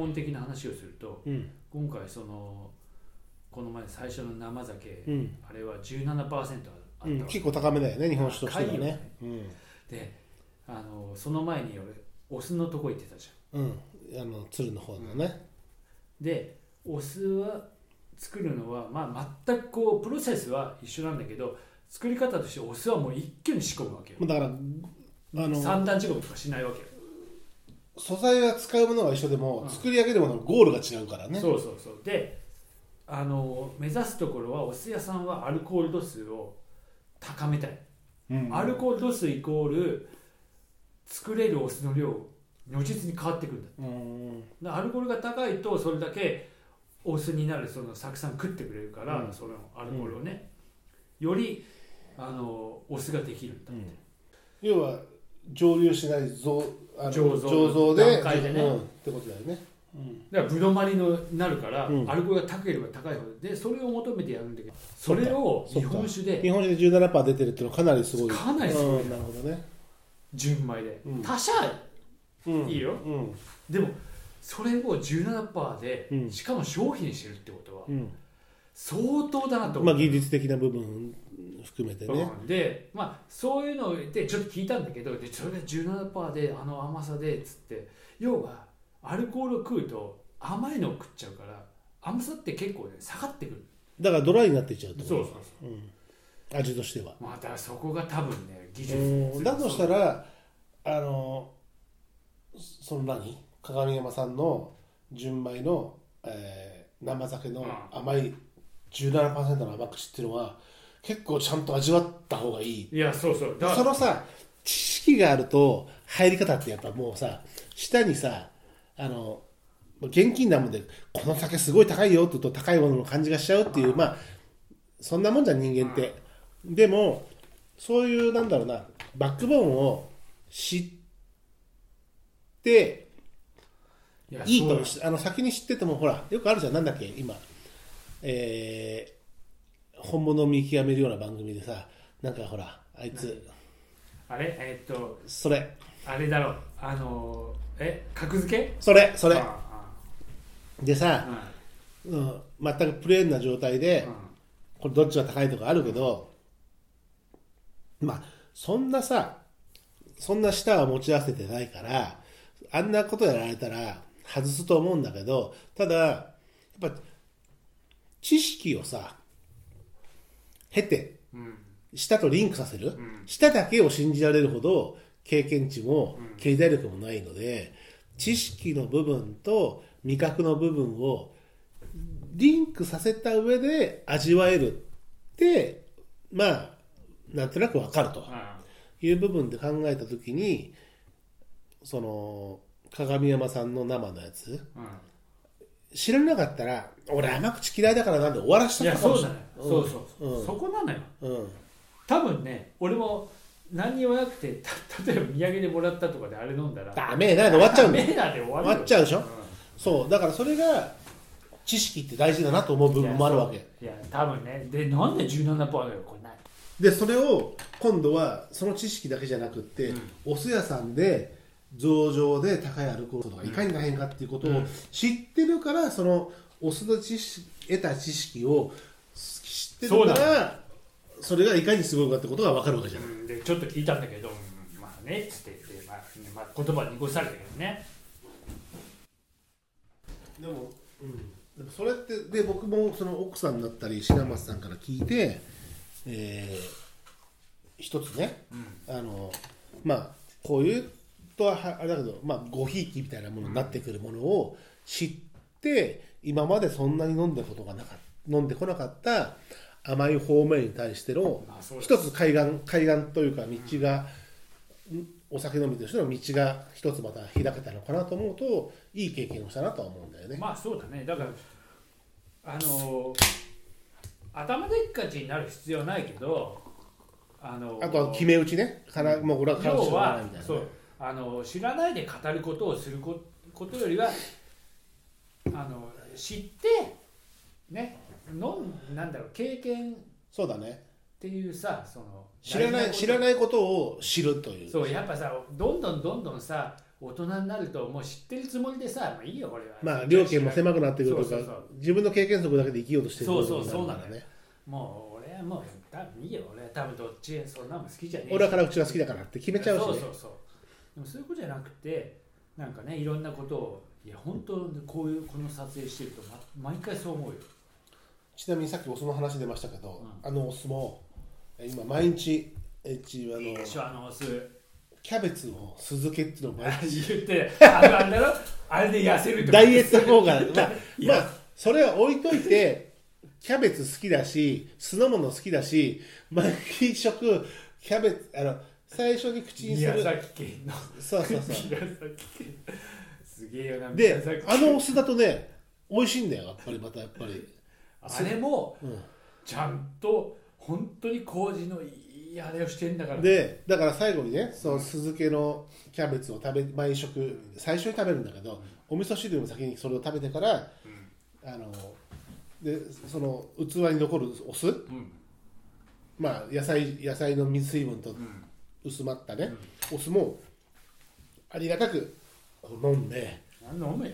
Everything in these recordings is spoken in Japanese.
本的な話をすると、 うん、 今回この前最初の生酒、 うん、 あれは 17% あったわけ、 結構高めだよね、日本酒としてはね。 でその前に俺お酢のとこ行ってたじゃん、鶴の方のね、 でお酢は作るのは、全くこうプロセスは一緒なんだけど、作り方としてお酢はもう一挙に仕込むわけよ。 だから三段仕込みとかしないわけよ。 素材は使うものは一緒でも、作り上げるもののゴールが違うからね。 そうで目指すところは、お酢屋さんはアルコール度数を高めたい、アルコール度数イコール作れるお酢の量如実に変わってくるんだ。アルコールが高いとそれだけお酢になる酢酸食ってくれるから、そのアルコールをね、よりお酢ができるんだって、 要は蒸留しない醸造で段階でね、 ってことだよね。 だからブドマリになるから、アルコールが高ければ高いほどで、それを求めてやるんだけど、それを日本酒で 17% 出てるっていうのはかなりすごい。 かなりすごい、 なるほどね。 純米で、他社いいよ、でもそれを 17% で、しかも商品にしてるってことは、相当だなと思う。 技術的な部分含めてね。 で、そういうのでちょっと聞いたんだけど、でそれで 17% で甘さでっつって、要はアルコールを食うと甘いのを食っちゃうから、甘さって結構ね下がってくる。 だからドライになっていっちゃうと。 そう、 味としては。 だからそこが多分ね、技術だとしたら鏡山さんの純米の、生酒の甘い 17% の甘口っていうのは結構ちゃんと味わった方がいい。 いや、そうだからその知識があると入り方ってやっぱもう舌に現金なもんで、この酒すごい高いよって言うと高いものの感じがしちゃうっていう、そんなもんじゃん人間って。でもそういうバックボーンを知っていいと、先に知っててもほらよくあるじゃん、なんだっけ今、本物を見極めるような番組でさ、ほらあいつあれそれあれだろう、格付けそれでさ、全くプレーンな状態で、これどっちが高いとかあるけど、そんな舌は持ち合わせてないから、あんなことやられたら外すと思うんだけど、ただやっぱ知識を経て、舌とリンクさせる、舌だけを信じられるほど経験値も経済力もないので、知識の部分と味覚の部分をリンクさせた上で味わえるってなんとなく分かるという部分で考えたときに、鏡山さんの生のやつ、知らなかったら俺甘口嫌いだからなんで終わらしちゃったかもしれない。 そこなのよ、多分ね。俺も何にもなくて、例えば土産でもらったとかであれ飲んだらダメだで終わっちゃうんだよ。 ダメだで終わっちゃうでしょ、そうだからそれが知識って大事だなと思う部分もあるわけ。 いや多分ね。でなんで 17% だよこれないで、それを今度はその知識だけじゃなくって、お酢屋さんで増上で高いアルコールとかいかに大変かっていうことを知ってるから、そのお酢の得た知識を知ってるから、それがいかにすごいかってことが分かるわけじゃない。 でちょっと聞いたんだけど、ねっつって言葉に濁されたけどね。 でもそれってで、僕もその奥さんだったり品松さんから聞いて、一つね、こういうとはあれだけど、ごひいきみたいなものになってくるものを知って、今までそんなに飲んでこなかった甘い方面に対しての一つ海岸というか道が、お酒飲みとしての道が一つまた開けたのかなと思うと、いい経験をしたなとは思うんだよね。 そうだね。だから頭でっかちになる必要はないけど、あとは決め打ちね、もう俺は彼女知らないみたいな、そう知らないで語ることをすることよりは、知ってね、経験そうだねっていうさ、その知らないことを知るという。 そうやっぱさ、どんどんさ大人になるともう知ってるつもりでさ、まあいいよこれは、 まあ両家も狭くなってくるとか、 そうそうそう、 自分の経験則だけで生きようとしてるそうそうそうからなんだよ。もう俺はもう多分いいよ、俺は多分どっちそんなもん好きじゃねえし、 俺は辛口が好きだからって決めちゃうしね。 そうそうそう。でもそういうことじゃなくて、なんかね、いろんなことを、いや本当こういうこの撮影してると、毎回そう思うよ。 ちなみにさっきお酢の話出ましたけど、 うん、 あのお酢も今毎日いいでしょ、あのお酢。 キャベツの酢漬けっていうのを毎日言ってあれだろ、あれで痩せるとかダイエット効果まあそれは置いといて、キャベツ好きだし酢の物好きだし、毎食キャベツ最初に口にする宮崎県のそう宮崎県すげえよな。 であのお酢だとね美味しいんだよ、やっぱり。 あれも、 うん、 ちゃんと本当に麹のいいあれをしてんだから。 でだから最後にね、その酢漬けのキャベツを毎食最初に食べるんだけど、お味噌汁よりも先にそれを食べてから、でその器に残るお酢、まあ野菜の水分と薄まったね、お酢もありがたく飲んで、 飲むよ。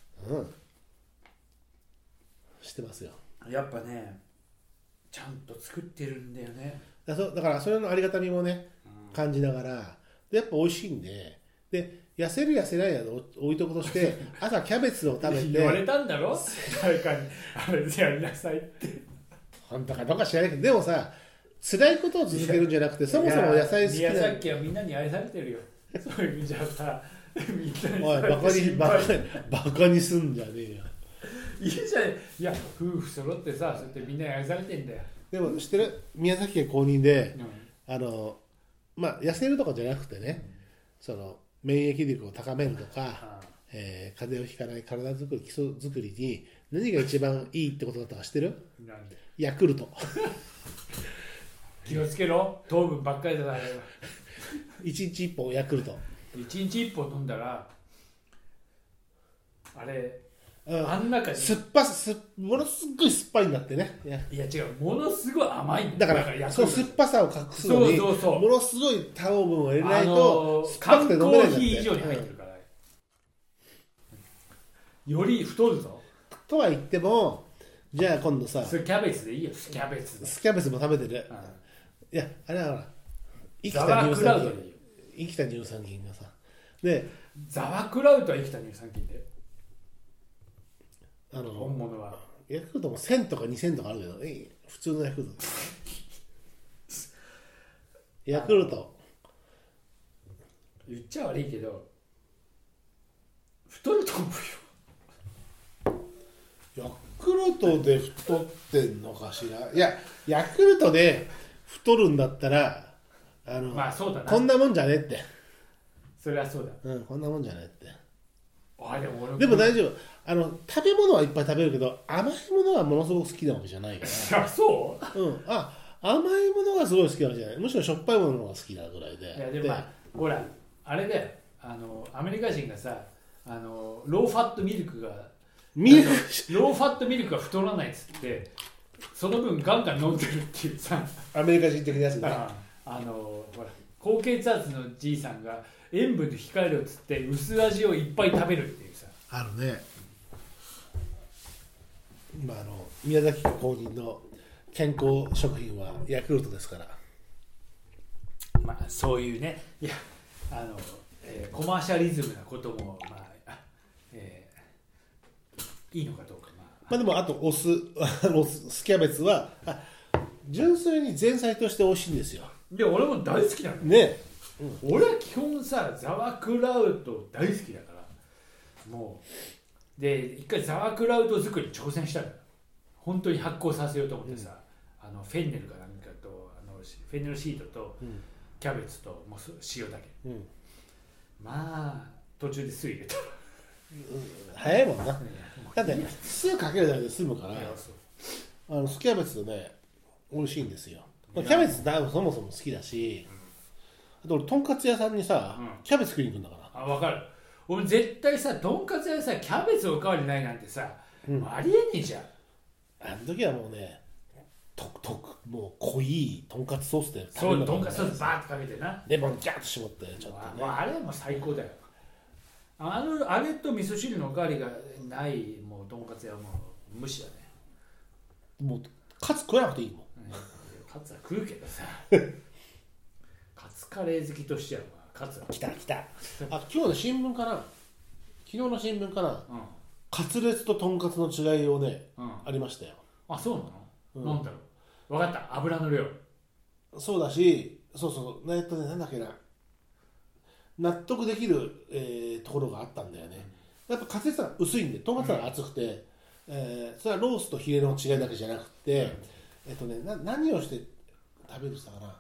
してますよ。 やっぱね、ちゃんと作ってるんだよね。 だからそれのありがたみもね、感じながら、でやっぱ美味しいんで、痩せる痩せないは置いとくとして朝キャベツを食べて言われたんだろ誰かに、あれでやりなさいって。 本当かどうか知らないけど、でもさ、辛いことを続けるんじゃなくて、そもそも野菜好きな。 宮崎はみんなに愛されてるよ。そういう意味じゃさ、みんなにおいバカにすんじゃねえよ。 いいじゃん。いや夫婦揃ってさ、そうやってみんなに愛されてんだよ。 でも知ってる？宮崎県公認で、まあ痩せるとかじゃなくてね、その免疫力を高めるとか、風邪をひかない体作り、基礎作りに何が一番いいってことだったか知ってる？ なんで？ ヤクルト。 気をつけろ、糖分ばっかりだから。 1日1本ヤクルト。 1日1本飲んだら、あれ、 あん中にものすごい酸っぱいんだってね。 いや違う、ものすごい甘いんだからその酸っぱさを隠すのに、ものすごい糖分を入れないと酸っぱくて飲めないんだって。缶コーヒー以上に入ってるから、より太るぞとは言っても、じゃあ今度さ、 それキャベツでいいよ。キャベツも食べてる。いやあれはほら生きた乳酸菌がさ、でザワクラウトは生きた乳酸菌で、本物はヤクルトも1000とか2000とかあるけど、普通のヤクルトヤクルト言っちゃ悪いけど太ると思うよ。ヤクルトで太ってんのかしら。いやヤクルトで太るんだったらまあそうだな、 こんなもんじゃねって。 それはそうだ、 こんなもんじゃねって。 でも大丈夫。食べ物はいっぱい食べるけど、甘いものはものすごく好きなわけじゃないから。そう？ 甘いものがすごい好きなわけじゃない。むしろしょっぱいものが好きなぐらいで。 いやでもまあほらあれだよ、アメリカ人がさ、ローファットミルクがローファットミルクが太らないっつって、その分ガンガン飲んでるっていうさ、 アメリカ人的なやつだ。 ほら高血圧のじいさんが塩分で控えるっつって薄味をいっぱい食べるっていうさ。 あるね。今宮崎公認の健康食品はヤクルトですから。 まあそういうね、いやコマーシャリズムなこともいいのかどうか。 まあでもあと酢キャベツは純粋に前菜として美味しいんですよ。 で俺も大好きなのね。 俺は基本さザワクラウト大好きだから、もうで一回ザワクラウト作り挑戦したのよ。本当に発酵させようと思ってさ、フェンネルかなんかとフェンネルシートとキャベツともう塩だけ、まあ途中で酢入れた。 早いもんな。だって酢かけるだけで済むから、酢キャベツね美味しいんですよ。キャベツそもそも好きだし、あと俺とんかつ屋さんにさ、キャベツ食いに行くんだから。 分かる。俺絶対さ、とんかつ屋でさキャベツおかわりないなんてさ、ありえねえじゃん。 あの時はもうね特もう濃いとんかつソースでそう、 食べるのがとんかつソースバーッとかけてな、 レモンギャーッと絞ってちょっとね、 あれも最高だよ。あれと味噌汁のおかわりがないもうとんかつはもう無視だね。 もうカツ食わなくていいもん、 カツは食うけどさカツカレー好きとしてはカツは来たあ、今日の新聞かな、昨日の新聞かな、カツレツととんかつの違いをね、ありましたよ。 あ、そうなの、なんだろう、分かった、油の量。 そうだし、そうなんだっけな、納得できる、ところがあったんだよね。やっぱカツレツは薄いんで、とんかつは厚くて、それはロースとヒレの違いだけじゃなくて、何をして食べるしたかな、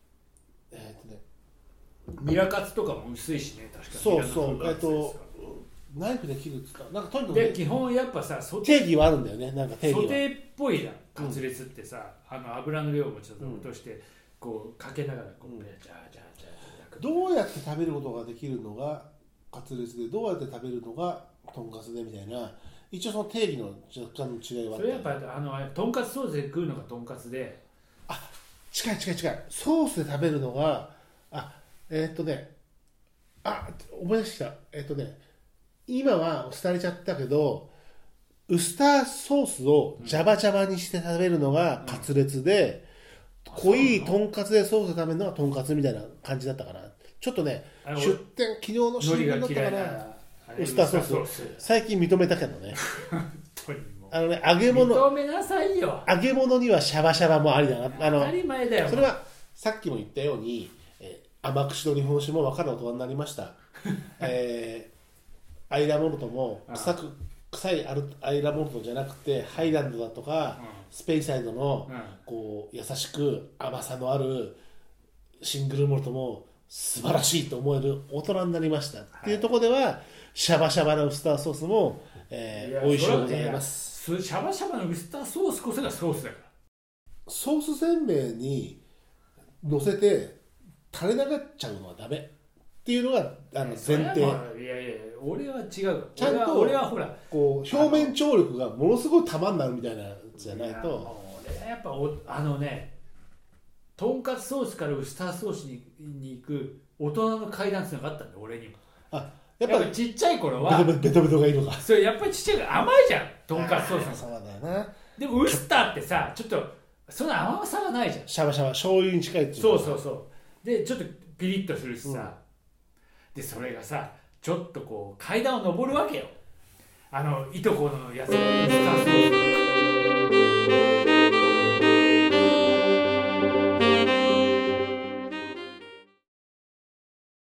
ミラカツとかも薄いしね、確かに。 ナイフで切るって言ったなんかとにかく、 で基本やっぱさ、 定義はあるんだよね、なんか定義はソテーっぽいじゃん、カツレツってさ、油の量もちょっと落として、こうかけながらこう、ジャージャージャー焼く。 どうやって食べることができるのがカツレツで、どうやって食べるのがとんかつでみたいな、一応その定義の若干の違いはあって、 それやっぱとんかつソースで食うのがとんかつで、 近いソースで食べるのが思い出してきた、今は廃れちゃったけど、ウスターソースをジャバジャバにして食べるのがカツレツで、濃いとんかつでソースで食べるのがとんかつみたいな感じだったかな。ちょっとね、出店昨日の新聞だったかな、ウスターソース最近認めたけどね揚げ物、 認めなさいよ。 揚げ物にはシャバシャバもありだな。 当たり前だよ。 それはさっきも言ったように、甘口の日本酒も分かる大人になりました。アイラモルトも臭いアイラモルトじゃなくて、ハイランドだとか、スペイサイドのこう優しく甘さのあるシングルモルトも素晴らしいと思える大人になりました、っていうところではシャバシャバなウスターソースも、美味しいございます。 シャバシャバのウスターソースこそがソースだから。 ソースせんべいに乗せて垂れ流っちゃうのはダメっていうのが前提。 いや俺は違う。 ちゃんと俺はほらこう表面張力がものすごい玉になるみたいなやつじゃないと。 俺はやっぱとんかつソースからウスターソースに行く大人の階段っていうのがあったんだよ、俺にも。やっぱりちっちゃい頃はベトベトがいいのか。 それやっぱりちっちゃいから甘いじゃん、とんかつソースの。 そうだよな。 でもウスターってさ、ちょっとそんな甘さがないじゃん。 シャバシャバ醤油に近いっていう。 そうでちょっとピリッとするしさ、でそれがさちょっとこう階段を上るわけよ、いとこのやつがウスターソース